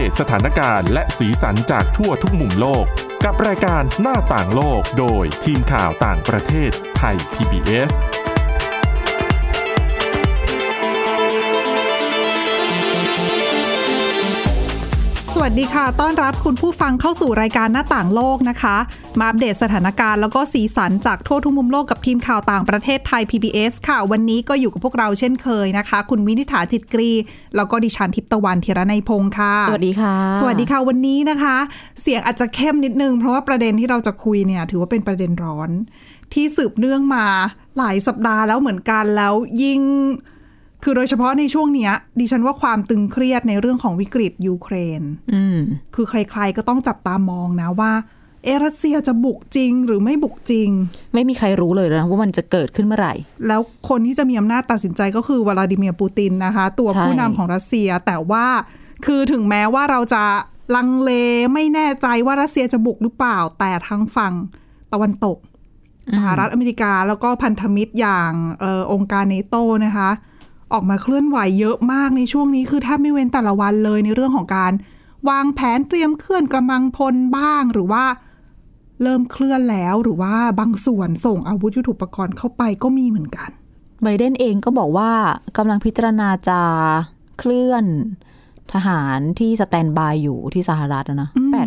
ตสถานการณ์และสีสันจากทั่วทุกมุมโลกกับรายการหน้าต่างโลกโดยทีมข่าวต่างประเทศไทย PBS สวัสดีค่ะต้อนรับคุณผู้ฟังเข้าสู่รายการหน้าต่างโลกนะคะมาอัปเดตสถานการณ์แล้วก็สีสันจากทั่วทุกมุมโลกกับทีมข่าวต่างประเทศไทย PBS ค่ะวันนี้ก็อยู่กับพวกเราเช่นเคยนะคะคุณวินิษฐาจิตกรีแล้วก็ดิฉันทิพย์ตะวันธีรนัยพงค์ค่ะสวัสดีค่ะสวัสดีค่ะวันนี้นะคะเสียงอาจจะเข้มนิดนึงเพราะว่าประเด็นที่เราจะคุยเนี่ยถือว่าเป็นประเด็นร้อนที่สืบเนื่องมาหลายสัปดาห์แล้วเหมือนกันแล้วยิ่งคือโดยเฉพาะในช่วงนี้ดิฉันว่าความตึงเครียดในเรื่องของวิกฤตยูเครนคือใครๆก็ต้องจับตามองนะว่ารัสเซียจะบุกจริงหรือไม่บุกจริงไม่มีใครรู้เลยนะว่ามันจะเกิดขึ้นเมื่อไหร่แล้วคนที่จะมีอำนาจตัดสินใจก็คือวลาดิเมียร์ปูตินนะคะตัวผู้นำของรัสเซียแต่ว่าคือถึงแม้ว่าเราจะลังเลไม่แน่ใจว่ารัสเซียจะบุกหรือเปล่าแต่ทางฝั่งตะวันตกสหรัฐอเมริกาแล้วก็พันธมิตรอย่างองค์การเนโตนะคะออกมาเคลื่อนไหวเยอะมากในช่วงนี้คือแทบไม่เว้นแต่ละวันเลยในเรื่องของการวางแผนเตรียมเคลื่อนกำลังพลบ้างหรือว่าเริ่มเคลื่อนแล้วหรือว่าบางส่วนส่งอาวุธยุทโธปกรณ์เข้าไปก็มีเหมือนกันไบเดนเองก็บอกว่ากำลังพิจารณาจะเคลื่อนทหารที่สแตนบายอยู่ที่สหรัฐนะ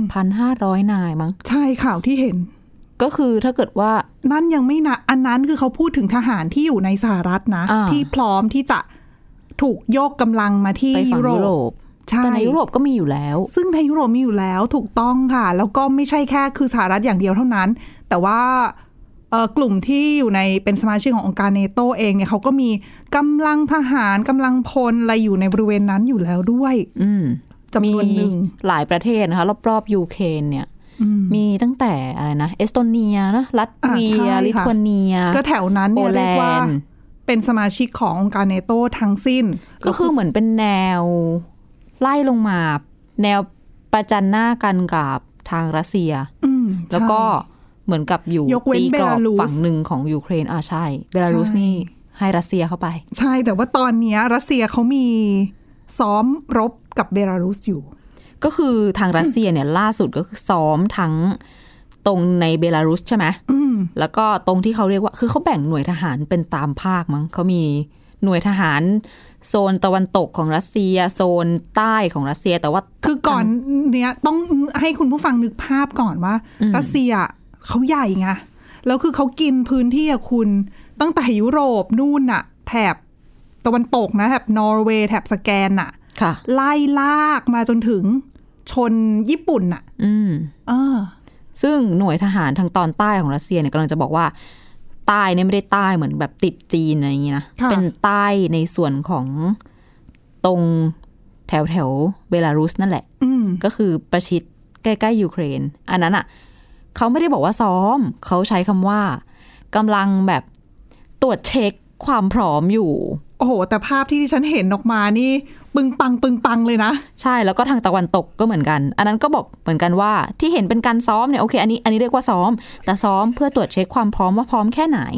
8,500 นายมั้งใช่ข่าวที่เห็นก็คือถ้าเกิดว่านั่นยังไม่นะอันนั้นคือเขาพูดถึงทหารที่อยู่ในสหรัฐนะที่พร้อมที่จะถูกโยกกำลังมาที่ยุโรปแต่ในยุโรปก็มีอยู่แล้วซึ่งในยุโรปมีอยู่แล้วถูกต้องค่ะแล้วก็ไม่ใช่แค่คือสหรัฐอย่างเดียวเท่านั้นแต่ว่ากลุ่มที่อยู่ในเป็นสมาชิกขององค์การเนโตเองเนี่ยเขาก็มีกำลังทหารกำลังพลอะไรอยู่ในบริเวณนั้นอยู่แล้วด้วยจำนวนหนึ่งหลายประเทศนะคะรอบๆยูเครนเนี่ยมีตั้งแต่อะไรนะเอสโตเนียนะรัสเซียลิทัวเนียก็แถวนั้นเนี่ยเรียกว่าเป็นสมาชิกขององค์การเนโตทั้งสิ้นก็คือเหมือนเป็นแนวไล่ลงมาแนวประจันหน้ากันกับทางรัสเซียแล้วก็เหมือนกับอยู่ตีกรอบฝั่งหนึ่งของยูเครนใช่เบลารุสนี่ให้รัสเซียเข้าไปใช่แต่ว่าตอนนี้รัสเซียเขามีซ้อมรบกับเบลารุสอยู่ก็คือทางรัสเซียเนี่ยล่าสุดก็คือซ้อมทั้งตรงในเบลารุสใช่ไหมแล้วก็ตรงที่เขาเรียกว่าคือเขาแบ่งหน่วยทหารเป็นตามภาคมั้งเขามีหน่วยทหารโซนตะวันตกของรัสเซียโซนใต้ของรัสเซียแต่ว่าคือก่อนเนี้ยต้องให้คุณผู้ฟังนึกภาพก่อนว่ารัสเซียเขาใหญ่ไงแล้วคือเขากินพื้นที่อะคุณตั้งแต่ยุโรปนู่นอะแถบตะวันตกนะแถบนอร์เวย์แถบสแกนอะไล่ลากมาจนถึงชนญี่ปุ่นอะซึ่งหน่วยทหารทางตอนใต้ของรัสเซียเนี่ยกำลังจะบอกว่าใต้เนี่ยไม่ได้ใต้เหมือนแบบติดจีนอะไรอย่างงี้นะเป็นใต้ในส่วนของตรงแถวเบลารุสนั่นแหละก็คือประชิดใกล้ๆยูเครนอันนั้นอ่ะเขาไม่ได้บอกว่าซ้อมเขาใช้คำว่ากำลังแบบตรวจเช็คความพร้อมอยู่โอ้โหแต่ภาพที่ฉันเห็นออกมานี่ปึงปังเลยนะใช่แล้วก็ทางตะวันตกก็เหมือนกันอันนั้นก็บอกเหมือนกันว่าที่เห็นเป็นการซ้อมเนี่ยโอเคอันนี้เรียกว่าซ้อมแต่ซ้อมเพื่อตรวจเช็คความพร้อมว่าพร้อมแค่ไหน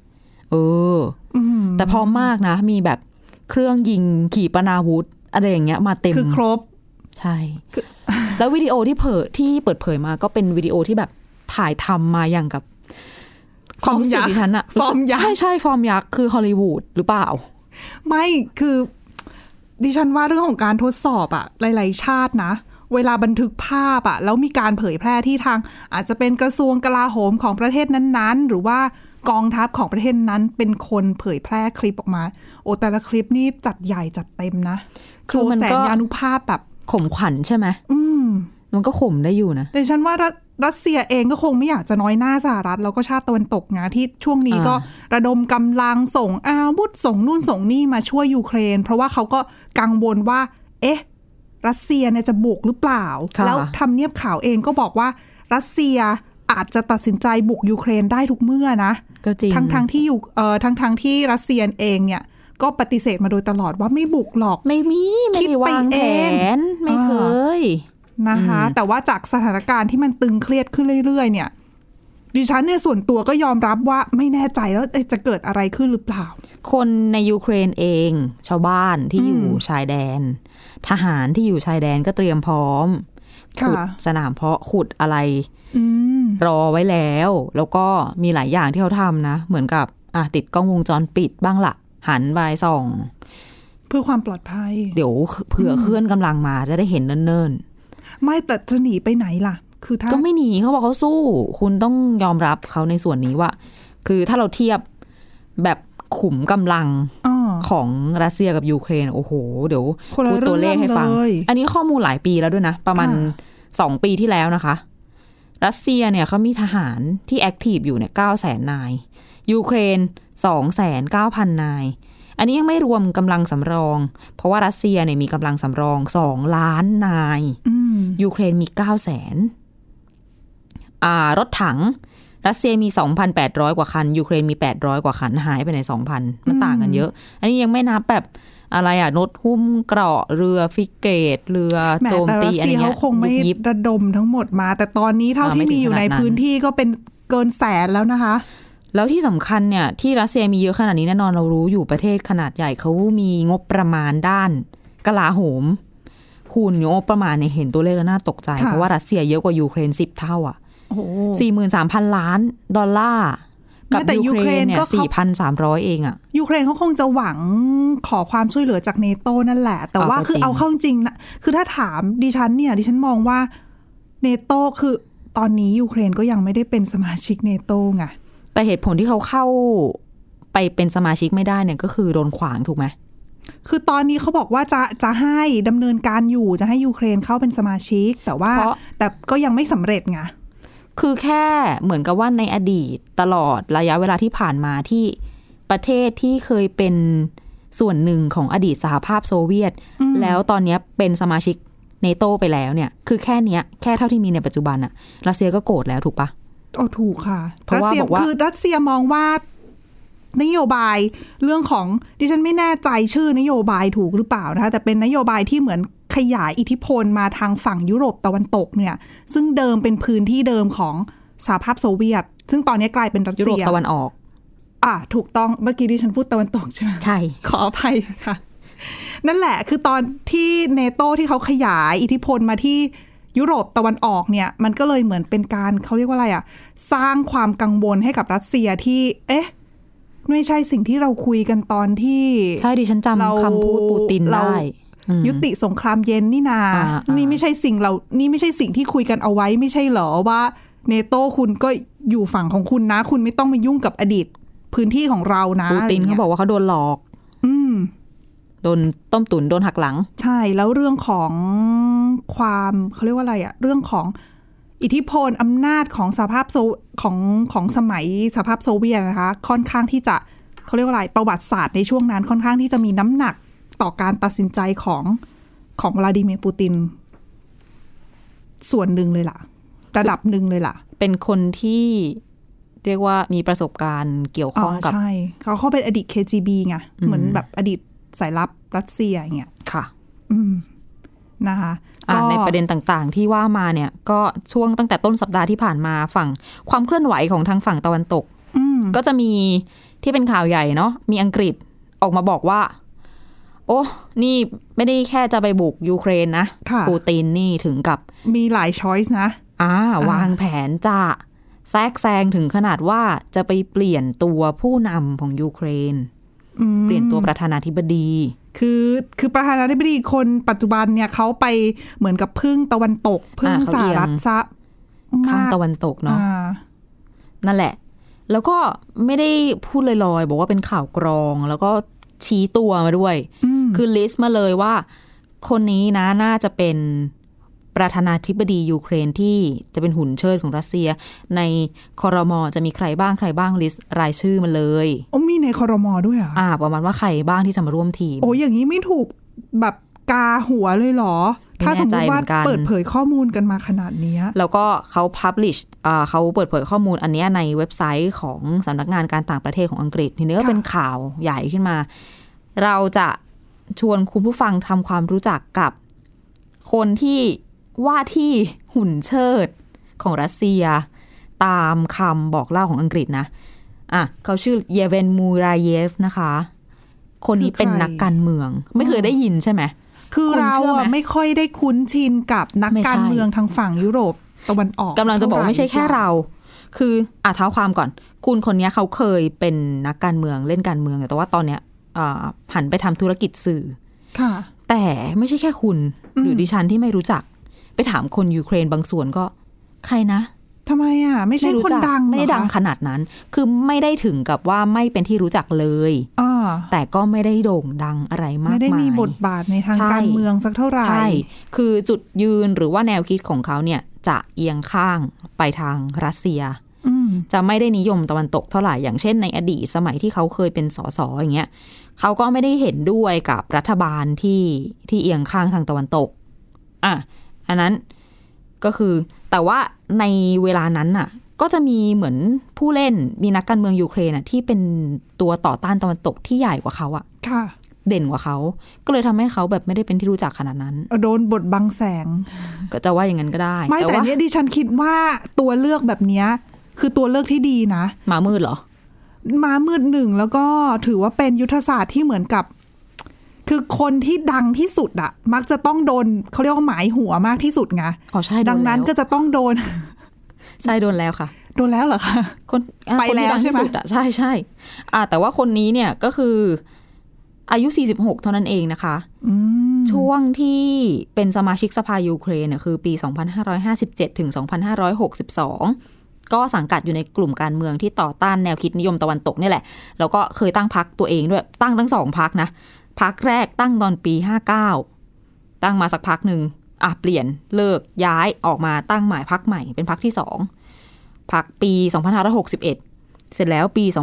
แต่พร้อมมากนะมีแบบเครื่องยิงขีปนาวุธอะไรอย่างเงี้ยมาเต็มคือครบใช่ แล้ววิดีโอที่เปิดเผยมาก็เป็นวิดีโอที่แบบถ่ายทำมาอย่างกับความรู้สึกดิฉันอะฟอร์มยักษ์ใช่ฟอร์มยักษ์คือฮอลลีวูดหรือเปล่าไม่คือดิฉันว่าเรื่องของการทดสอบอะหลายๆชาตินะเวลาบันทึกภาพอะแล้วมีการเผยแพร่ที่ทางอาจจะเป็นกระทรวงกลาโหมของประเทศนั้นๆหรือว่ากองทัพของประเทศนั้นเป็นคนเผยแพร่คลิปออกมาโอ้แต่ละคลิปนี่จัดใหญ่จัดเต็มนะโชว์แสงยานุภาพแบบข่มขวัญใช่ไหมมันก็ข่มได้อยู่นะแต่ฉันว่ารัสเซียเองก็คงไม่อยากจะน้อยหน้าสหรัฐแล้วก็ชาติตะวันตกนะที่ช่วงนี้ก็ระดมกำลังส่งอาวุธส่งนู่นส่งนี่มาช่วยยูเครนเพราะว่าเขาก็กังวลว่ารัสเซียเนี่ยจะบุกหรือเปล่าแล้วทำเนียบข่าวเองก็บอกว่ารัสเซียอาจจะตัดสินใจบุกยูเครนได้ทุกเมื่อนะทั้งที่อยู่ทั้งที่รัสเซียเองเนี่ยก็ปฏิเสธมาโดยตลอดว่าไม่บุกหรอกไม่ได้วางแผนไม่เคยนะคะแต่ว่าจากสถานการณ์ที่มันตึงเครียดขึ้นเรื่อยๆเนี่ยดิฉันเนี่ยส่วนตัวก็ยอมรับว่าไม่แน่ใจแล้วจะเกิดอะไรขึ้นหรือเปล่าคนในยูเครนเองชาวบ้านที่อยู่ชายแดนทหารที่อยู่ชายแดนก็เตรียมพร้อมขุดสนามเพาะขุดอะไรรอไว้แล้วก็มีหลายอย่างที่เขาทำนะเหมือนกับติดกล้องวงจรปิดบ้างละหันไปส่องเพื่อความปลอดภัยเดี๋ยวเผื่อเคลื่อนกำลังมาจะได้เห็นเนิ่นๆไม่แต่จะหนีไปไหนล่ะคือถ้าก็ไม่หนีเขาบอกเขาสู้คุณต้องยอมรับเขาในส่วนนี้ว่าคือถ้าเราเทียบแบบขุมกำลังของรัสเซียกับยูเครนโอ้โหเดี๋ยวพูดตัวเลขให้ฟังอันนี้ข้อมูลหลายปีแล้วด้วยนะประมาณ2 ปีที่แล้วนะคะรัสเซียเนี่ยเขามีทหารที่แอคทีฟอยู่เนี่ย 900,000 นายยูเครน 2,900,000 นายอันนี้ยังไม่รวมกำลังสำรองเพราะว่ารัสเซียเนี่ยมีกำลังสำรอง2 ล้านนายยูเครนมี 900,000รถถังรัสเซียมี 2,800 กว่าคันยูเครนมี800 กว่าคันหายไปใน 2,000 มันต่างกันเยอะอันนี้ยังไม่นับแบบอะไรรถหุ้มเกราะเรือฟิกเกตเรือโจมตีอะไรเงี้ยเขาคงไม่ระดมทั้งหมดมาแต่ตอนนี้เท่าที่มีอยู่ในพื้นที่ก็เป็นเกินแสนแล้วนะคะแล้วที่สำคัญเนี่ยที่รัสเซียมีเยอะขนาดนี้แน่นอนเรารู้อยู่ประเทศขนาดใหญ่เขามีงบประมาณด้านกลาโหมคูณงบประมาณเนี่ยเห็นตัวเลขแล้วน่าตกใจเพราะว่ารัสเซียเยอะกว่ายูเครน10 เท่า43,000 ล้านดอลลาร์กับยูเครนเนี่ย 4,300 เองยูเครนเขาคงจะหวังขอความช่วยเหลือจากเนโต้นั่นแหละแต่ว่าคือเอาเข้าจริงนะคือถ้าถามดิฉันมองว่าเนโต้คือตอนนี้ยูเครนก็ยังไม่ได้เป็นสมาชิกเนโต้ไงแต่เหตุผลที่เขาเข้าไปเป็นสมาชิกไม่ได้เนี่ยก็คือโดนขวางถูกไหมคือตอนนี้เขาบอกว่าจะให้ดำเนินการอยู่จะให้ยูเครนเข้าเป็นสมาชิกแต่ก็ยังไม่สำเร็จไงคือแค่เหมือนกับว่าในอดีตตลอดระยะเวลาที่ผ่านมาที่ประเทศที่เคยเป็นส่วนหนึ่งของอดีตสหภาพโซเวียตแล้วตอนนี้เป็นสมาชิกเนโตไปแล้วเนี่ยคือแค่เท่าที่มีในปัจจุบันรัสเซียก็โกรธแล้วถูกปะถูกค่ะรัสเซียคือรัสเซียมองว่านโยบายเรื่องของดิฉันไม่แน่ใจชื่อนโยบายถูกหรือเปล่านะคะแต่เป็นนโยบายที่เหมือนขยายอิทธิพลมาทางฝั่งยุโรปตะวันตกเนี่ยซึ่งเดิมเป็นพื้นที่เดิมของสหภาพโซเวียตซึ่งตอนนี้กลายเป็นรัสเซียยุโรปตะวันออกถูกต้องเมื่อกี้ดิฉันพูดตะวันตกใช่ไหมใช่ขออภัยค่ะนั่นแหละคือตอนที่เนโต้ที่เขาขยายอิทธิพลมาที่ยุโรปตะวันออกเนี่ยมันก็เลยเหมือนเป็นการเขาเรียกว่าอะไรสร้างความกังวลให้กับรัสเซียที่ไม่ใช่สิ่งที่เราคุยกันตอนที่ใช่ดิฉันจำคำพูดปูตินได้ยุติสงครามเย็นนี่นานี่ไม่ใช่สิ่งที่คุยกันเอาไว้ไม่ใช่เหรอว่าเนโต้คุณก็อยู่ฝั่งของคุณนะคุณไม่ต้องมายุ่งกับอดีตพื้นที่ของเรานะปูตินเขาบอกว่าเขาโดนหลอกโดนต้มตุ๋นโดนหักหลังใช่แล้วเรื่องของความเขาเรียกว่าอะไรเรื่องของอิทธิพลอำนาจของสหภาพของสมัยสหภาพโซเวียตนะคะค่อนข้างที่จะเขาเรียกว่าอะไรประวัติศาสตร์ในช่วงนั้นค่อนข้างที่จะมีน้ำหนักต่อการตัดสินใจของวลาดิเมียร์ปูตินส่วนหนึ่งเลยล่ะระดับหนึ่งเลยล่ะเป็นคนที่เรียกว่ามีประสบการณ์เกี่ยวข้องกับใช่เขาเป็นอดีต KGB ไงเหมือนแบบอดีตสายลับรัสเซียอย่างเงี้ยค่ะนะคะในประเด็นต่างๆที่ว่ามาเนี่ยก็ช่วงตั้งแต่ต้นสัปดาห์ที่ผ่านมาฝั่งความเคลื่อนไหวของทางฝั่งตะวันตกก็จะมีที่เป็นข่าวใหญ่เนาะมีอังกฤษออกมาบอกว่าโอ้นี่ไม่ได้แค่จะไปบุกยูเครนนะปูตินนี่ถึงกับมีหลายช้อยส์นะวางแผนจะแทรกแซงถึงขนาดว่าจะไปเปลี่ยนตัวผู้นำของยูเครนเปลี่ยนตัวประธานาธิบดีคือประธานาธิบดีคนปัจจุบันเนี่ยเขาไปเหมือนกับพึ่งตะวันตกพึ่งสหรัฐซะข้างตะวันตกเนาะนั่นแหละแล้วก็ไม่ได้พูดลอยๆบอกว่าเป็นข่าวกรองแล้วก็ชี้ตัวมาด้วยคือลิสต์มาเลยว่าคนนี้นะน่าจะเป็นประธานาธิบดียูเครนที่จะเป็นหุ่นเชิดของรัสเซียในครม.จะมีใครบ้างลิสต์รายชื่อมาเลยมีในครม.ด้วยประมาณว่าใครบ้างที่จะมาร่วมทีมอย่างนี้ไม่ถูกแบบกาหัวเลยเหรอถ้าสมมติว่าเปิดเผยข้อมูลกันมาขนาดนี้แล้วก็เขาเขาเปิดเผยข้อมูลอันนี้ในเว็บไซต์ของสำนักงานการต่างประเทศของอังกฤษทีนี้ก็เป็นข่าวใหญ่ขึ้นมาเราจะชวนคุณผู้ฟังทำความรู้จักกับคนที่ว่าที่หุ่นเชิดของรัสเซียตามคำบอกเล่าของอังกฤษนะเขาชื่อเยเวนมูราเยฟนะคะคนนี้เป็นนักการเมืองไม่เคยได้ยินใช่ไหมคือเราอะไม่ค่อยได้คุ้นชินกับนักการเมืองทางฝั่งยุโรปตะวันออกกำลังจะบอกไม่ใช่แค่เราคือเท้าความก่อนคุณคนนี้เขาเคยเป็นนักการเมืองเล่นการเมืองแต่ว่าตอนเนี้ยหันไปทำธุรกิจสื่อค่ะแต่ไม่ใช่แค่คุณหรือดิฉันที่ไม่รู้จักไปถามคนยูเครนบางส่วนก็ใครนะทำไมอ่ะไม่ใช่คนดังไม่ได้ดังขนาดนั้นคือไม่ได้ถึงกับว่าไม่เป็นที่รู้จักเลยแต่ก็ไม่ได้โด่งดังอะไรมากมายไม่ได้มีบทบาทในทางการเมืองสักเท่าไหร่ใช่คือจุดยืนหรือว่าแนวคิดของเขาเนี่ยจะเอียงข้างไปทางรัสเซียจะไม่ได้นิยมตะวันตกเท่าไหร่อย่างเช่นในอดีตสมัยที่เขาเคยเป็นสสอย่างเงี้ยเขาก็ไม่ได้เห็นด้วยกับรัฐบาลที่เอียงข้างทางตะวันตกอันนั้นก็คือแต่ว่าในเวลานั้นน่ะก็จะมีเหมือนผู้เล่นมีนักการเมืองยูเครนที่เป็นตัวต่อต้านตะวันตกที่ใหญ่กว่าเขาอะเด่นกว่าเขาก็เลยทำให้เขาแบบไม่ได้เป็นที่รู้จักขนาดนั้นโดนบทบังแสงก็จะว่าอย่างนั้นก็ได้ไม่แต่เนี้ยดิฉันคิดว่าตัวเลือกแบบเนี้ยคือตัวเลือกที่ดีนะม้ามืดเหรอม้ามืดหนึ่งแล้วก็ถือว่าเป็นยุทธศาสตร์ที่เหมือนกับคือคนที่ดังที่สุดอะมักจะต้องโดนเขาเรียกว่าหมายหัวมากที่สุดไงใช่ดังนั้นก็จะต้องโดนใช่โดนแล้วค่ะโดนแล้วเหรอคะคนไปแล้วใช่ไหมใช่ใช่แต่ว่าคนนี้เนี่ยก็คืออายุ46เท่านั้นเองนะคะช่วงที่เป็นสมาชิกสภายูเครนเนี่ยคือปี2557ถึง2562ก็สังกัดอยู่ในกลุ่มการเมืองที่ต่อต้านแนวคิดนิยมตะวันตกนี่แหละแล้วก็เคยตั้งพรรคตัวเองด้วยตั้งทั้ง2พรรคนะพรรคแรกตั้งตอนปี59ตั้งมาสักพักหนึ่งเปลี่ยนเลิกย้ายออกมาตั้งใหม่พรรคใหม่เป็นพรรคที่2พรรคปี2561เสร็จแล้วปี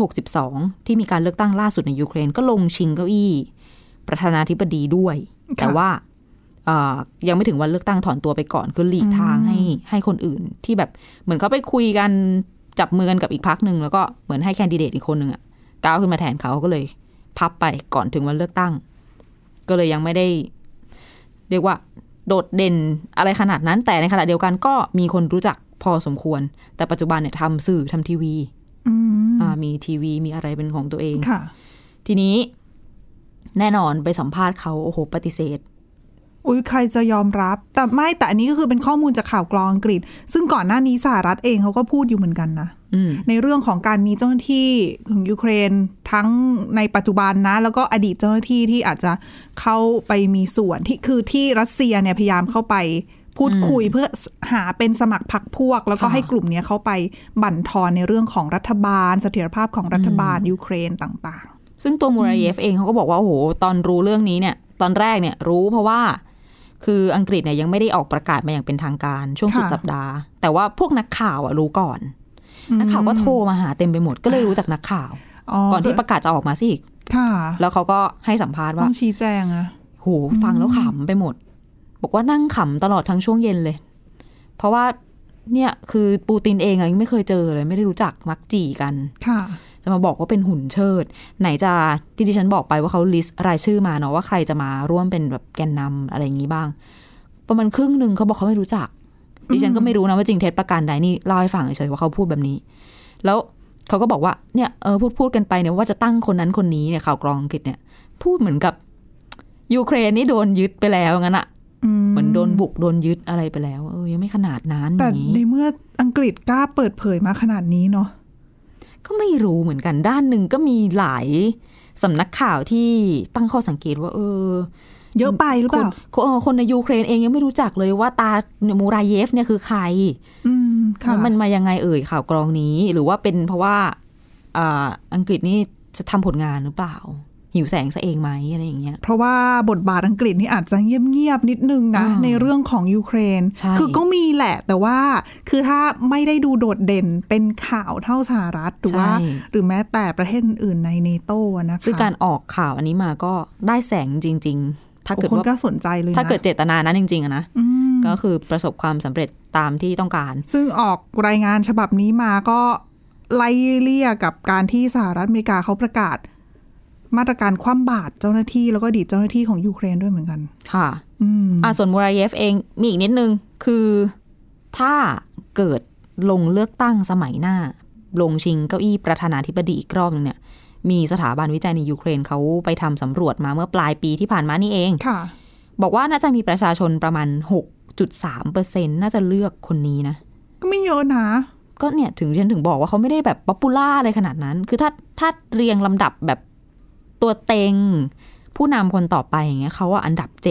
2562ที่มีการเลือกตั้งล่าสุดในยูเครนก็ลงชิงเก้าอี้ประธานาธิบดีด้วยแต่ว่ายังไม่ถึงวันเลือกตั้งถอนตัวไปก่อนคือหลีกทางให้คนอื่นที่แบบเหมือนเขาไปคุยกันจับมือกันกับอีกพรรคนึงแล้วก็เหมือนให้แคนดิเดตอีกคนนึงก้าวขึ้นมาแทนเขาก็เลยพับไปก่อนถึงวันเลือกตั้งก็เลยยังไม่ได้เรียกว่าโดดเด่นอะไรขนาดนั้นแต่ในขณะเดียวกันก็มีคนรู้จักพอสมควรแต่ปัจจุบันเนี่ยทำสื่อทำทีวีมีทีวีมีอะไรเป็นของตัวเองทีนี้แน่นอนไปสัมภาษณ์เขาโอ้โหปฏิเสธใครจะยอมรับแต่อันนี้ก็คือเป็นข้อมูลจากข่าวกรองอังกฤษซึ่งก่อนหน้านี้สหรัฐเองเขาก็พูดอยู่เหมือนกันนะในเรื่องของการมีเจ้าหน้าที่ของยูเครนทั้งในปัจจุบันนะแล้วก็อดีตเจ้าหน้าที่ที่อาจจะเข้าไปมีส่วนที่รัสเซียเนี่ยพยายามเข้าไปพูดคุยเพื่อหาเป็นสมัครพรรคพวกแล้วก็ให้กลุ่มนี้เข้าไปบั่นทอนในเรื่องของรัฐบาลเสถียรภาพของรัฐบาลยูเครนต่างๆซึ่งตัวมูราเยฟเองเขาก็บอกว่าโอ้โหตอนรู้เรื่องนี้เนี่ยตอนแรกเนี่ยรู้เพราะว่าคืออังกฤษเนี่ยยังไม่ได้ออกประกาศมาอย่างเป็นทางการช่วงสุดสัปดาห์แต่ว่าพวกนักข่าวรู้ก่อนนักข่าวก็โทรมาหาเต็มไปหมดก็เลยรู้จากนักข่าวก่อนที่ประกาศจะออกมาสิแล้วเขาก็ให้สัมภาษณ์ว่าต้องชี้แจงโหฟังแล้วขำไปหมดบอกว่านั่งขำตลอดทั้งช่วงเย็นเลยเพราะว่าเนี่ยคือปูตินเองยังไม่เคยเจอเลยไม่ได้รู้จักมักจีกันจะมาบอกว่าเป็นหุ่นเชิดไหนจะที่ดิฉันบอกไปว่าเขาลิสต์รายชื่อมาเนาะว่าใครจะมาร่วมเป็นแบบแกนนำอะไรอย่างนี้บ้างประมาณครึ่งนึงเขาบอกเขาไม่รู้จักดิฉันก็ไม่รู้นะว่าจริงเท็จประการใดนี่เล่าให้ฟังเฉยๆว่าเขาพูดแบบนี้แล้วเขาก็บอกว่าเนี่ยพูดกันไปเนี่ยว่าจะตั้งคนนั้นคนนี้เนี่ยข่าวกรองอังกฤษเนี่ยพูดเหมือนกับยูเครนนี่โดนยึดไปแล้วงั้นอะเหมือนโดนบุกโดนยึดอะไรไปแล้วยังไม่ขนาดนั้นแต่ในเมื่ออังกฤษกล้าเปิดเผยมาขนาดนี้เนาะก็ไม่รู้เหมือนกันด้านหนึ่งก็มีหลายสำนักข่าวที่ตั้งข้อสังเกตว่าเยอะไปหรือเปล่าคนในยูเครนเองยังไม่รู้จักเลยว่าตามูราเยฟเนี่ยคือใครมันมายังไงข่าวกรองนี้หรือว่าเป็นเพราะว่าอังกฤษนี่จะทำผลงานหรือเปล่าหิวแสงซะเองไหมอะไรอย่างเงี้ยเพราะว่าบทบาทอังกฤษนี่อาจจะเงียบๆนิดนึงนะในเรื่องของยูเครนคือก็มีแหละแต่ว่าคือถ้าไม่ได้ดูโดดเด่นเป็นข่าวเท่าสหรัฐหรือว่าหรือแม้แต่ประเทศอื่นในเนโตนะคะซึ่งการออกข่าวอันนี้มาก็ได้แสงจริงๆถ้าเกิดว่าคนก็สนใจเลยนะถ้าเกิดเจตนานั้นจริงๆนะก็คือประสบความสำเร็จตามที่ต้องการซึ่งออกรายงานฉบับนี้มาก็ไล่เลี่ยกับการที่สหรัฐอเมริกาเขาประกาศมาตรการคว่ำบาตรเจ้าหน้าที่แล้วก็อดีตเจ้าหน้าที่ของยูเครนด้วยเหมือนกันค่ะส่วนมูราเยฟเองมีอีกนิดนึงคือถ้าเกิดลงเลือกตั้งสมัยหน้าลงชิงเก้าอี้ประธานาธิบดีอีกรอบนึงเนี่ยมีสถาบันวิจัยในยูเครนเขาไปทำสำรวจมาเมื่อปลายปีที่ผ่านมานี่เองบอกว่าน่าจะมีประชาชนประมาณ 6.3% น่าจะเลือกคนนี้นะก็ไม่เยอะนะก็เนี่ยฉันถึงบอกว่าเขาไม่ได้แบบป๊อปปูล่าอะไรขนาดนั้นคือถ้าเรียงลำดับแบบตัวเต็งผู้นำคนต่อไปอย่างเงี้ยเขาว่าอันดับ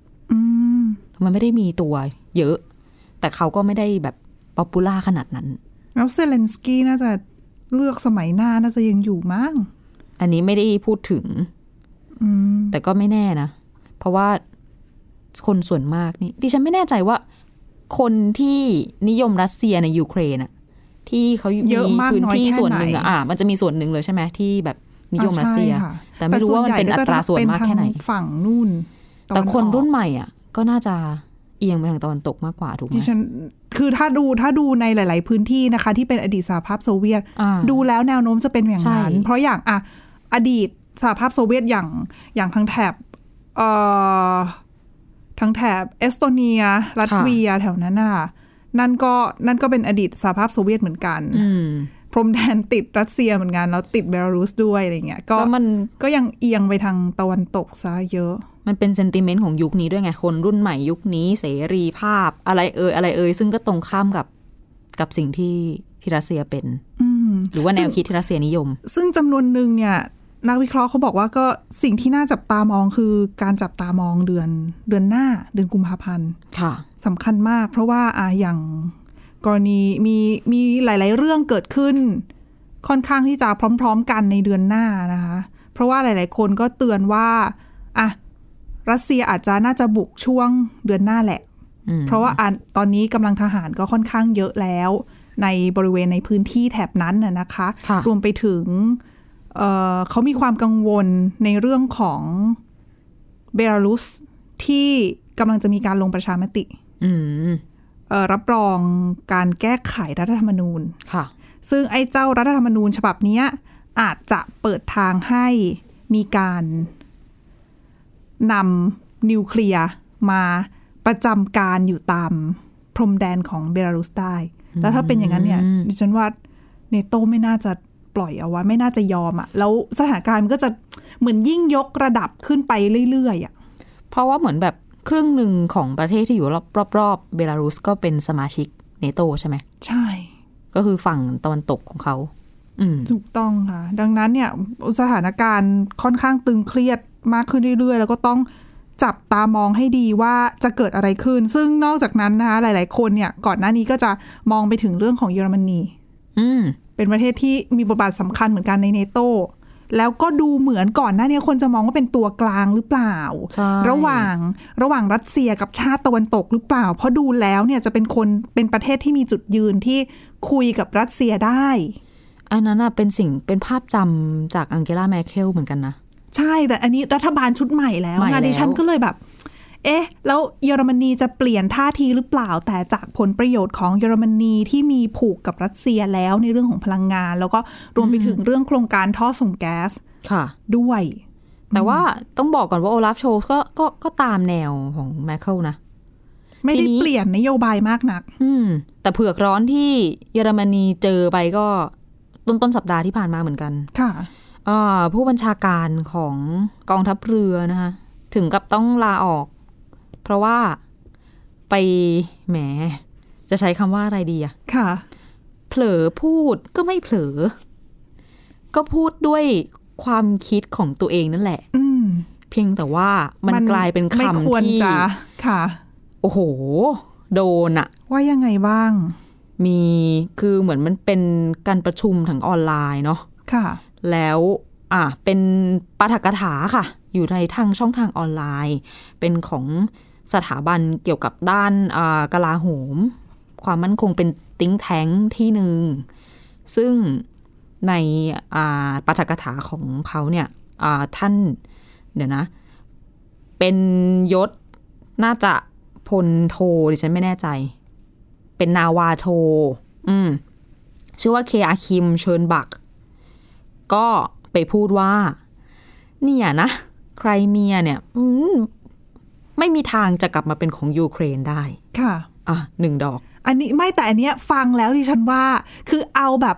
7มันไม่ได้มีตัวเยอะแต่เขาก็ไม่ได้แบบป๊อปปูล่าขนาดนั้นแล้วเซเลนสกี้น่าจะเลือกสมัยหน้าน่าจะยังอยู่มั้งอันนี้ไม่ได้พูดถึงแต่ก็ไม่แน่นะเพราะว่าคนส่วนมากนี่ดิฉันไม่แน่ใจว่าคนที่นิยมรัสเซียในยูเครนอะที่เขามีพื้นที่ส่วนหนึ่งมันจะมีส่วนหนึ่งเลยใช่ไหมที่แบบนิยมรัสเซียแต่ไม่รู้ว่ามันเป็นอัตราส่วนมากแค่ไหนฝั่งนู่นแต่คนรุ่นใหม่อ่ะก็น่าจะเอียงไปทางตะวันตกมากกว่าถูกไหมดิฉันคือถ้าดูในหลายๆพื้นที่นะคะที่เป็นอดีตสหภาพโซเวียตดูแล้วแนวโน้มจะเป็นอย่างนั้นเพราะอย่างอดีตสหภาพโซเวียตอย่างทางแถบเอสโตเนียลัตเวียแถวนั้นน่ะนั่นก็เป็นอดีตสหภาพโซเวียตเหมือนกันพรมแดนติดรัสเซียเหมือนกันแล้วติดเบลารุสด้วยอะไรเงี้ยก็ยังเอียงไปทางตะวันตกซะเยอะมันเป็นเซนติเมนต์ของยุคนี้ด้วยไงคนรุ่นใหม่ยุคนี้เสรีภาพอะไรซึ่งก็ตรงข้ามกับสิ่งที่รัสเซียเป็นหรือว่าแนวคิดที่รัสเซียนิยมซึ่งจำนวนหนึ่งเนี่ยนักวิเคราะห์เขาบอกว่าก็สิ่งที่น่าจับตามองคือการจับตามองเดือนหน้าเดือนกุมภาพันธ์สำคัญมากเพราะว่าอย่างกรณีมีหลายๆเรื่องเกิดขึ้นค่อนข้างที่จะพร้อมๆกันในเดือนหน้านะคะเพราะว่าหลายๆคนก็เตือนว่ารัสเซียอาจจะน่าจะบุกช่วงเดือนหน้าแหละเพราะว่าตอนนี้กำลังทหารก็ค่อนข้างเยอะแล้วในบริเวณในพื้นที่แถบนั้นนะคะรวมไปถึงเขามีความกังวลในเรื่องของเบลารุสที่กำลังจะมีการลงประชามติรับรองการแก้ไขรัฐธรรมนูญซึ่งไอ้เจ้ารัฐธรรมนูญฉบับนี้อาจจะเปิดทางให้มีการนำนิวเคลียร์มาประจำการอยู่ตามพรมแดนของเบลารุสได้แล้วถ้าเป็นอย่างนั้นเนี่ยดิฉันว่าเนโตไม่น่าจะปล่อยเอาไว้ไม่น่าจะยอมแล้วสถานการณ์มันก็จะเหมือนยิ่งยกระดับขึ้นไปเรื่อยๆเพราะว่าเหมือนแบบครึ่งหนึ่งของประเทศที่อยู่รอบเบลารุสก็เป็นสมาชิกเนโตใช่ไหมใช่ก็คือฝั่งตะวันตกของเขาถูกต้องค่ะดังนั้นเนี่ยสถานการณ์ค่อนข้างตึงเครียดมากขึ้นเรื่อยๆแล้วก็ต้องจับตามองให้ดีว่าจะเกิดอะไรขึ้นซึ่งนอกจากนั้นนะคะหลายๆคนเนี่ยก่อนหน้านี้ก็จะมองไปถึงเรื่องของเยอรมนีเป็นประเทศที่มีบทบาทสำคัญเหมือนกันในเนโตแล้วก็ดูเหมือนก่อนหน้านี้คนจะมองว่าเป็นตัวกลางหรือเปล่าระหว่างรัสเซียกับชาติตะวันตกหรือเปล่าเพราะดูแล้วเนี่ยจะเป็นประเทศที่มีจุดยืนที่คุยกับรัสเซียได้อันนั้นเป็นภาพจำจากอังเกลา แมร์เคิลเหมือนกันนะใช่แต่อันนี้รัฐบาลชุดใหม่แล้วงานดิฉันก็เลยแบบแล้วเยอรมนีจะเปลี่ยนท่าทีหรือเปล่าแต่จากผลประโยชน์ของเยอรมนีที่มีผูกกับรัสเซียแล้วในเรื่องของพลังงานแล้วก็รวมไปถึงเรื่องโครงการท่อส่งแก๊สด้วยแต่ว่าต้องบอกก่อนว่าโอลาฟโชลส์ก็ตามแนวของแมร์เคิลนะไม่ได้เปลี่ยนนโยบายมากนักแต่เผือกร้อนที่เยอรมนีเจอไปก็ต้นสัปดาห์ที่ผ่านมาเหมือนกันค่ะผู้บัญชาการของกองทัพเรือนะคะถึงกับต้องลาออกเพราะว่าไปแหมจะใช้คำว่าอะไรดีอะค่ะเผลอพูดก็ไม่เผลอก็พูดด้วยความคิดของตัวเองนั่นแหละเพียงแต่ว่ามันกลายเป็นคำที่ค่ะโอ้โหโดนอะว่ายังไงบ้างมีคือเหมือนมันเป็นการประชุมทางออนไลน์เนาะค่ะแล้วเป็นปาฐกถาค่ะอยู่ในทางช่องทางออนไลน์เป็นของสถาบันเกี่ยวกับด้านกลาโหมความมั่นคงเป็นthink tankที่หนึ่งซึ่งในปาฐกถาของเขาเนี่ยท่านเดี๋ยวนะเป็นยศน่าจะพลโทดิฉันไม่แน่ใจเป็นนาวาโทชื่อว่าเคอาคิมเชิญบักก็ไปพูดว่าเนี่ยนะไครเมียเนี่ยไม่มีทางจะกลับมาเป็นของยูเครนได้ค่ะ 1 ดอกอันนี้ไม่แต่อันเนี้ยฟังแล้วดิฉันว่าคือเอาแบบ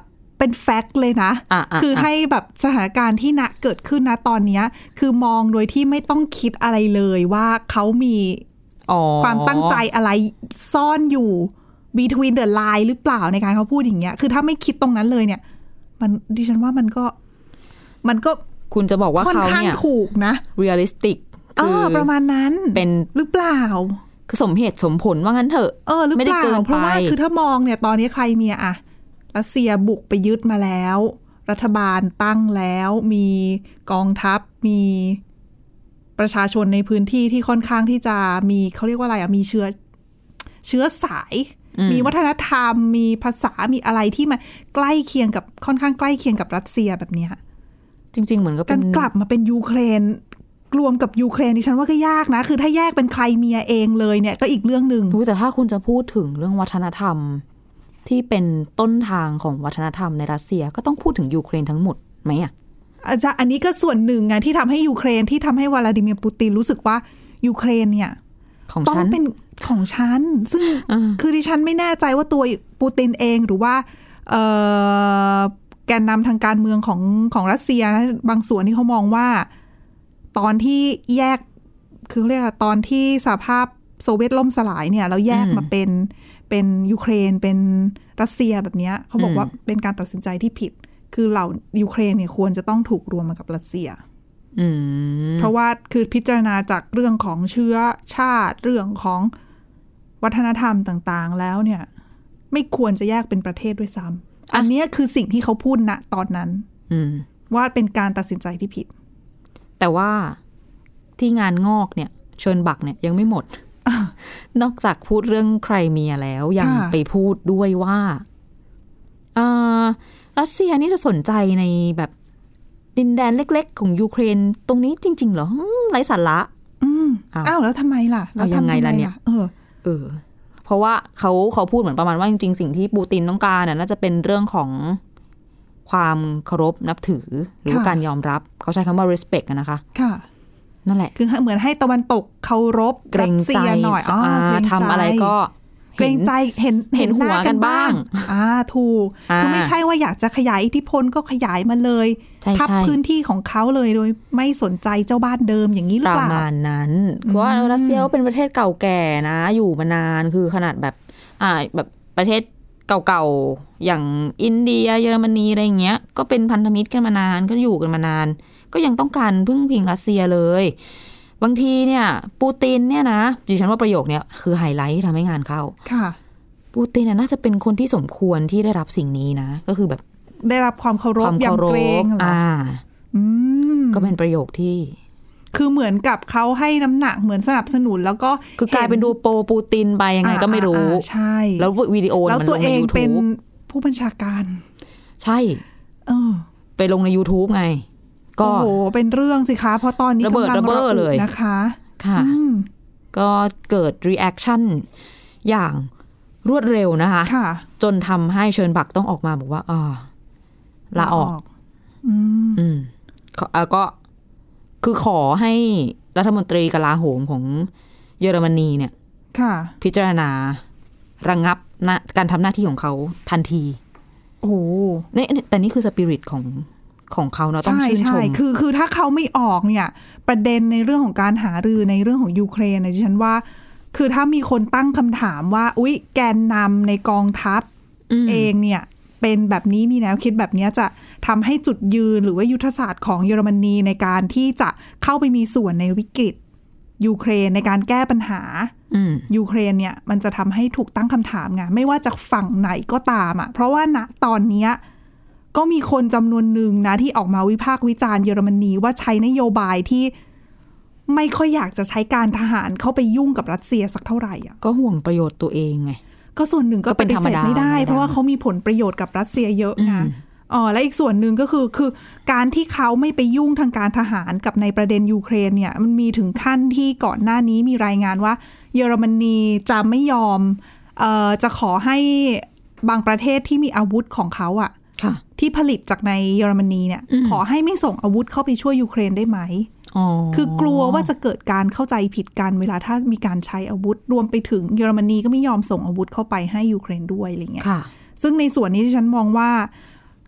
เป็นแฟกต์เลยนะคือให้แบบสถานการณ์ที่ณเกิดขึ้นนะตอนนี้คือมองโดยที่ไม่ต้องคิดอะไรเลยว่าเขามีความตั้งใจอะไรซ่อนอยู่ between the line หรือเปล่าในการเขาพูดอย่างเงี้ยคือถ้าไม่คิดตรงนั้นเลยเนี่ยมันดิฉันว่ามันก็คุณจะบอกว่าเขาเนี่ยถูกนะ realistic ประมาณนั้นเป็นหรือเปล่าคือสมเหตุสมผลว่างั้นเถอะไม่ได้เกินไปเพราะว่าคือถ้ามองเนี่ยตอนนี้ใครมีรัสเซียบุกไปยึดมาแล้วรัฐบาลตั้งแล้วมีกองทัพมีประชาชนในพื้นที่ที่ค่อนข้างที่จะมีเขาเรียกว่าอะไรมีเชื้อสายมีวัฒนธรรมมีภาษามีอะไรที่มันใกล้เคียงกับค่อนข้างใกล้เคียงกับรัสเซียแบบนี้จริงๆเหมือนกับการกลับมาเป็นยูเครนรวมกับยูเครนดิฉันว่าก็ยากนะคือถ้าแยกเป็นใครเมียเองเลยเนี่ยก็อีกเรื่องนึงแต่ถ้าคุณจะพูดถึงเรื่องวัฒนธรรมที่เป็นต้นทางของวัฒนธรรมในรัสเซียก็ต้องพูดถึงยูเครนทั้งหมดไหมอาจารย์อันนี้ก็ส่วนหนึ่งไงที่ทำให้ยูเครนที่ทำให้วลาดิเมียร์ปูตินรู้สึกว่ายูเครนเนี่ยต้องเป็นของฉันซึ่งคือดิฉันไม่แน่ใจว่าตัวปูตินเองหรือว่าแกนนำทางการเมืองของรัสเซียนะบางส่วนที่เขามองว่าตอนที่แยกคือเรียกว่าตอนที่สหภาพโซเวียตล่มสลายเนี่ยแล้วแยกมาเป็นยูเครนเป็นรัสเซียแบบนี้เขาบอกว่าเป็นการตัดสินใจที่ผิดคือเหล่ายูเครนเนี่ยควรจะต้องถูกรวมมากับรัสเซียเพราะว่าคือพิจารณาจากเรื่องของเชื้อชาติเรื่องของวัฒนธรรมต่างๆแล้วเนี่ยไม่ควรจะแยกเป็นประเทศด้วยซ้ำอันนี้คือสิ่งที่เขาพูดณตอนนั้นว่าเป็นการตัดสินใจที่ผิดแต่ว่าที่งานงอกเนี่ยเชิญบักเนี่ยยังไม่หมด นอกจากพูดเรื่องไครเมียแล้วยังไปพูดด้วยว่ารัสเซียนี่จะสนใจในแบบดินแดนเล็กๆของยูเครนตรงนี้จริงๆเหรอไร้สาระอ้าวแล้วทำไมล่ะแล้วยังไงล่ะเนี่ยเพราะว่าเขาพูดเหมือนประมาณว่าจริงๆสิ่งที่ปูตินต้องการน่าจะเป็นเรื่องของความเคารพนับถือหรือการยอมรับเขาใช้คำว่า respect นะคะค่ะนั่นแหละคือเหมือนให้ตะวันตกเคารพเกรงใจหน่อยทำอะไรก็เกรงใจเห็นหัวกันบ้างถูกคือไม่ใช่ว่าอยากจะขยายอิทธิพลก็ขยายมาเลยทับพื้นที่ของเขาเลยโดยไม่สนใจเจ้าบ้านเดิมอย่างนี้หรือเปล่าประมาณนั้นเพราะว่ารัสเซียเป็นประเทศเก่าแก่นะอยู่มานานคือขนาดแบบแบบประเทศเก่าๆอย่างอินเดียเยอรมนีอะไรอย่างเงี้ยก็เป็นพันธมิตรกันมานานก็อยู่กันมานานก็ยังต้องการพึ่งพิงรัสเซียเลยบางทีเนี่ยปูตินเนี่ยนะดิฉันว่าประโยคเนี้ยคือไฮไลท์ที่ทำให้งานเข้าค่ะปูตินน่าจะเป็นคนที่สมควรที่ได้รับสิ่งนี้นะก็คือแบบได้รับความเคารพยำเกรงเหรอก็เป็นประโยคที่คือเหมือนกับเขาให้น้ำหนักเหมือนสนับสนุนแล้วก็คือกลายเป็นดูโปปูตินไปยังไงก็ไม่รู้ใช่แล้ววิดีโอแล้วตัวเองเป็นผู้บัญชาการใช่ไปลงใน YouTube ไงก็โอ้โหเป็นเรื่องสิคะเพราะตอนนี้กำลังระเบิดเลยนะคะค่ะก็เกิด reaction อย่างรวดเร็วนะคะจนทำให้เชิญบักต้องออกมาบอกว่าลาออกก็คือขอให้รัฐมนตรีกลาโหมของเยอรมนีเนี่ยพิจารณาระงับการทำหน้าที่ของเขาทันทีโอ้แต่นี่คือสปิริตของเขาเนาะต้องชื่นชมคือถ้าเขาไม่ออกเนี่ยประเด็นในเรื่องของการหารือในเรื่องของยูเครนดิฉันว่าคือถ้ามีคนตั้งคำถามว่าอุ๊ยแกนนำในกองทัพเองเนี่ยเป็นแบบนี้มีแนวคิดแบบนี้จะทำให้จุดยืนหรือว่ายุทธศาสตร์ของเยอรมนีในการที่จะเข้าไปมีส่วนในวิกฤตยูเครนในการแก้ปัญหายูเครนเนี่ยมันจะทำให้ถูกตั้งคำถามไงไม่ว่าจากฝั่งไหนก็ตามเพราะว่าณตอนนี้ก็มีคนจำนวนหนึ่งนะที่ออกมาวิพากษ์วิจารณ์เยอรมนีว่าใช้นโยบายที่ไม่ค่อยอยากจะใช้การทหารเข้าไปยุ่งกับรัสเซียสักเท่าไหร่ก็ห่วงประโยชน์ตัวเองไงก็ส่วนหนึ่งก็ปฏิเสธไม่ได้เพราะว่าเขามีผลประโยชน์กับรัสเซียเยอะนะและอีกส่วนหนึ่งก็คือการที่เขาไม่ไปยุ่งทางการทหารกับในประเด็นยูเครนเนี่ยมันมีถึงขั้นที่ก่อนหน้านี้มีรายงานว่าเยอรมนีจะไม่ยอมจะขอให้บางประเทศที่มีอาวุธของเขาที่ผลิตจากในเยอรมนีเนี่ยขอให้ไม่ส่งอาวุธเข้าไปช่วยยูเครนได้ไหมคือกลัวว่าจะเกิดการเข้าใจผิดกันเวลาถ้ามีการใช้อาวุธรวมไปถึงเยอรมนีก็ไม่ยอมส่งอาวุธเข้าไปให้ยูเครนด้วยอะไรเงี้ยซึ่งในส่วนนี้ที่ฉันมองว่า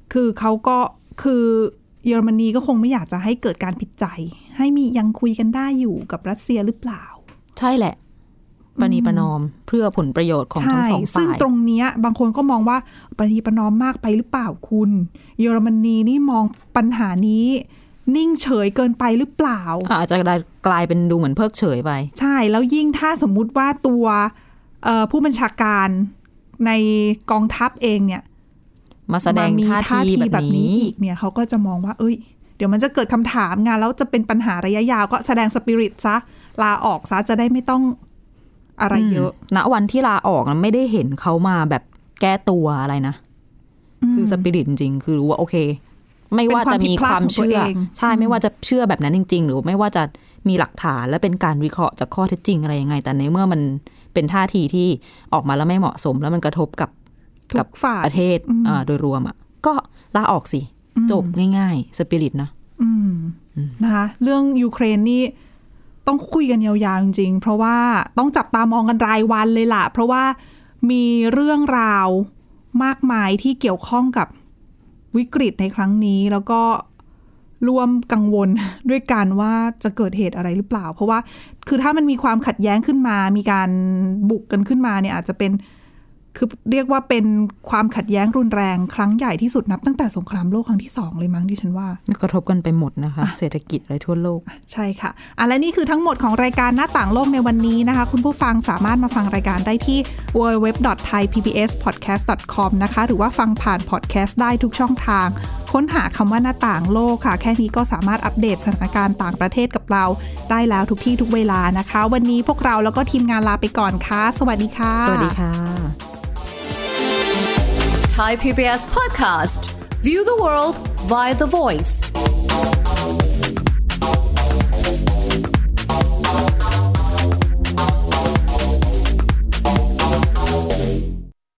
คือเขาก็คือเยอรมนีก็คงไม่อยากจะให้เกิดการผิดใจให้มียังคุยกันได้อยู่กับรัสเซียหรือเปล่าใช่แหละประนีประนอมเพื่อผลประโยชน์ของทั้งสองฝ่ายซึ่งตรงนี้บางคนก็มองว่าประนีประนอมมากไปหรือเปล่าคุณเยอรมนีนี่มองปัญหานี้นิ่งเฉยเกินไปหรือเปล่าอาจจะกลายเป็นดูเหมือนเพิกเฉยไปใช่แล้วยิ่งถ้าสมมุติว่าตัวผู้บัญชาการในกองทัพเองเนี่ยมาแสดงท่าทีแบบนี้อีกเนี่ยเขาก็จะมองว่าเดี๋ยวมันจะเกิดคำถามงานแล้วจะเป็นปัญหาระยะยาวก็แสดงสปิริตซะลาออกซะจะได้ไม่ต้องอะไรเยอะณวันที่ลาออกไม่ได้เห็นเขามาแบบแก้ตัวอะไรนะคือสปิริตจริงๆคือรู้ว่าโอเคไม่ว่าจะมีความเชื่อใช่ไม่ว่าจะเชื่อแบบนั้นจริงๆหรือไม่ว่าจะมีหลักฐานและเป็นการวิเคราะห์จากข้อเท็จจริงอะไรยังไงแต่ในเมื่อมันเป็นท่าทีที่ออกมาแล้วไม่เหมาะสมแล้วมันกระทบกับประเทศโดยรวมก็ลาออกสิจบง่ายๆสปิริตนะนะคะเรื่องยูเครนนี่ต้องคุยกันยาวๆจริงๆเพราะว่าต้องจับตามองกันรายวันเลยล่ะเพราะว่ามีเรื่องราวมากมายที่เกี่ยวข้องกับวิกฤตในครั้งนี้แล้วก็ร่วมกังวลด้วยกันว่าจะเกิดเหตุอะไรหรือเปล่าเพราะว่าคือถ้ามันมีความขัดแย้งขึ้นมามีการบุกกันขึ้นมาเนี่ยอาจจะเป็นคือเรียกว่าเป็นความขัดแย้งรุนแรงครั้งใหญ่ที่สุดนับตั้งแต่สงครามโลกครั้งที่2เลยมั้งดิฉันว่ากระทบกันไปหมดนะคะเศรษฐกิจอะไรทั่วโลกใช่ค่ะและนี่คือทั้งหมดของรายการหน้าต่างโลกในวันนี้นะคะคุณผู้ฟังสามารถมาฟังรายการได้ที่ www.thaipbspodcast.com นะคะหรือว่าฟังผ่านพอดแคสต์ได้ทุกช่องทางค้นหาคำว่าหน้าต่างโลกค่ะแค่นี้ก็สามารถอัปเดตสถานการณ์ต่างประเทศกับเราได้แล้วทุกที่ทุกเวลานะคะวันนี้พวกเราแล้วก็ทีมงานลาไปก่อนค่ะสวัสดีค่ะสวัสดีค่ะ Thai PBS podcast. View the world via the voice.